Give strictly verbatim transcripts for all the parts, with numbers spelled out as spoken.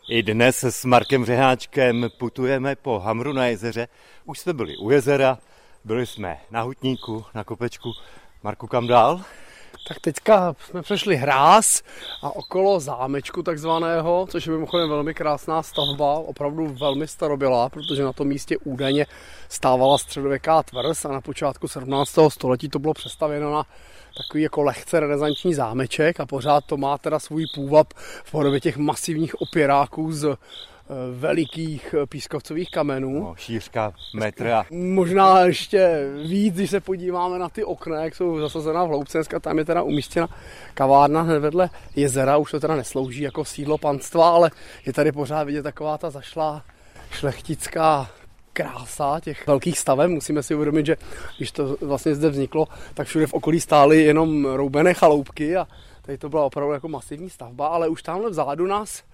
I dnes s Markem Řeháčkem putujeme po Hamru na jezeře. Už jsme byli u jezera, byli jsme na Hutníku, na kopečku. Marku, kam dál? Tak teďka jsme přešli hráz a okolo zámečku takzvaného, což je mimochodem velmi krásná stavba, opravdu velmi starobylá, protože na tom místě údajně stávala středověká tvrz a na počátku sedmnáctého století to bylo přestavěno na takový jako lehce renesanční zámeček a pořád to má teda svůj půvab v podobě těch masivních opěráků z velikých pískovcových kamenů. No, šířka metra. Možná ještě víc, když se podíváme na ty okna, jak jsou zasazená v hloubce. Dneska tam je teda umístěna kavárna hned vedle jezera. Už to teda neslouží jako sídlo panstva, ale je tady pořád vidět taková ta zašlá šlechtická krása těch velkých staveb. Musíme si uvědomit, že když to vlastně zde vzniklo, tak všude v okolí stály jenom roubené chaloupky a tady to byla opravdu jako masivní stavba, ale už tamhle vzadu nás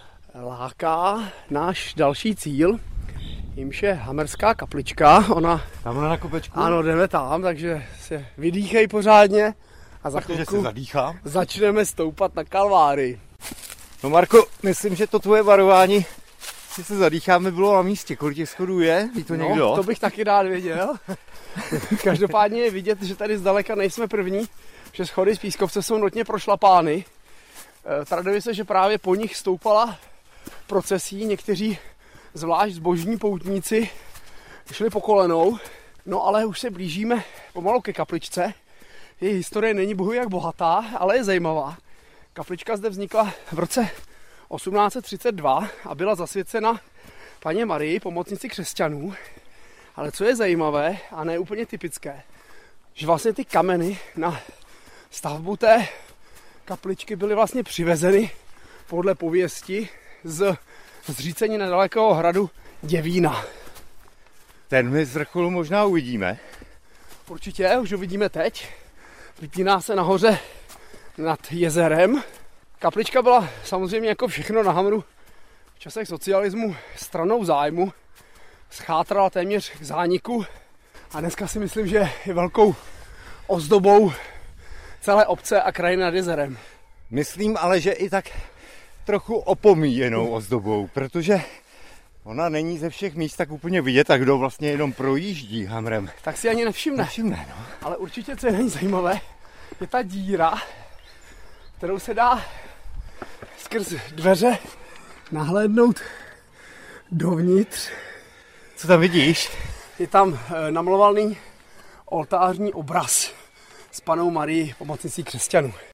láká náš další cíl, jimž je Hamerská kaplička. Ona... Tamhle na kopečku? Ano, jdeme tam, takže se vydýchej pořádně a za chvilku se zadýchám. Začneme stoupat na Kalvárii. No Marko, myslím, že to tvoje varování, že se zadýcháme, bylo na místě. Kolik těch schodů je? Ví to někdo? No, to bych taky rád věděl. Každopádně je vidět, že tady zdaleka nejsme první, že schody z pískovce jsou notně prošlapány. Traduje se, že právě po nich stoupala procesí, někteří zvlášť zbožní poutníci šli po kolenou, no ale už se blížíme pomalu ke kapličce. Její historie není bohu jak bohatá, ale je zajímavá. Kaplička zde vznikla v roce osmnáct set třicet dva a byla zasvěcena Panně Marii, pomocnici křesťanů. Ale co je zajímavé a ne úplně typické, že vlastně ty kameny na stavbu té kapličky byly vlastně přivezeny podle pověsti z zřícení nedalekého hradu Děvína. Ten my z vrcholu možná uvidíme. Určitě, už ho vidíme teď. Vypíná se nahoře nad jezerem. Kaplička byla samozřejmě jako všechno na Hamru v časech socialismu stranou zájmu. Schátrala téměř k zániku a dneska si myslím, že je velkou ozdobou celé obce a krajiny nad jezerem. Myslím ale, že i tak trochu opomíjenou ozdobou, protože ona není ze všech míst tak úplně vidět, a kdo vlastně jenom projíždí Hamrem. Tak si ani nevšimne. Nevšimne, no. Ale určitě, co je není zajímavé, je ta díra, kterou se dá skrz dveře nahlédnout dovnitř. Co tam vidíš? Je tam namalovalný oltářní obraz s Pannou Marií, pomocnicí křesťanů.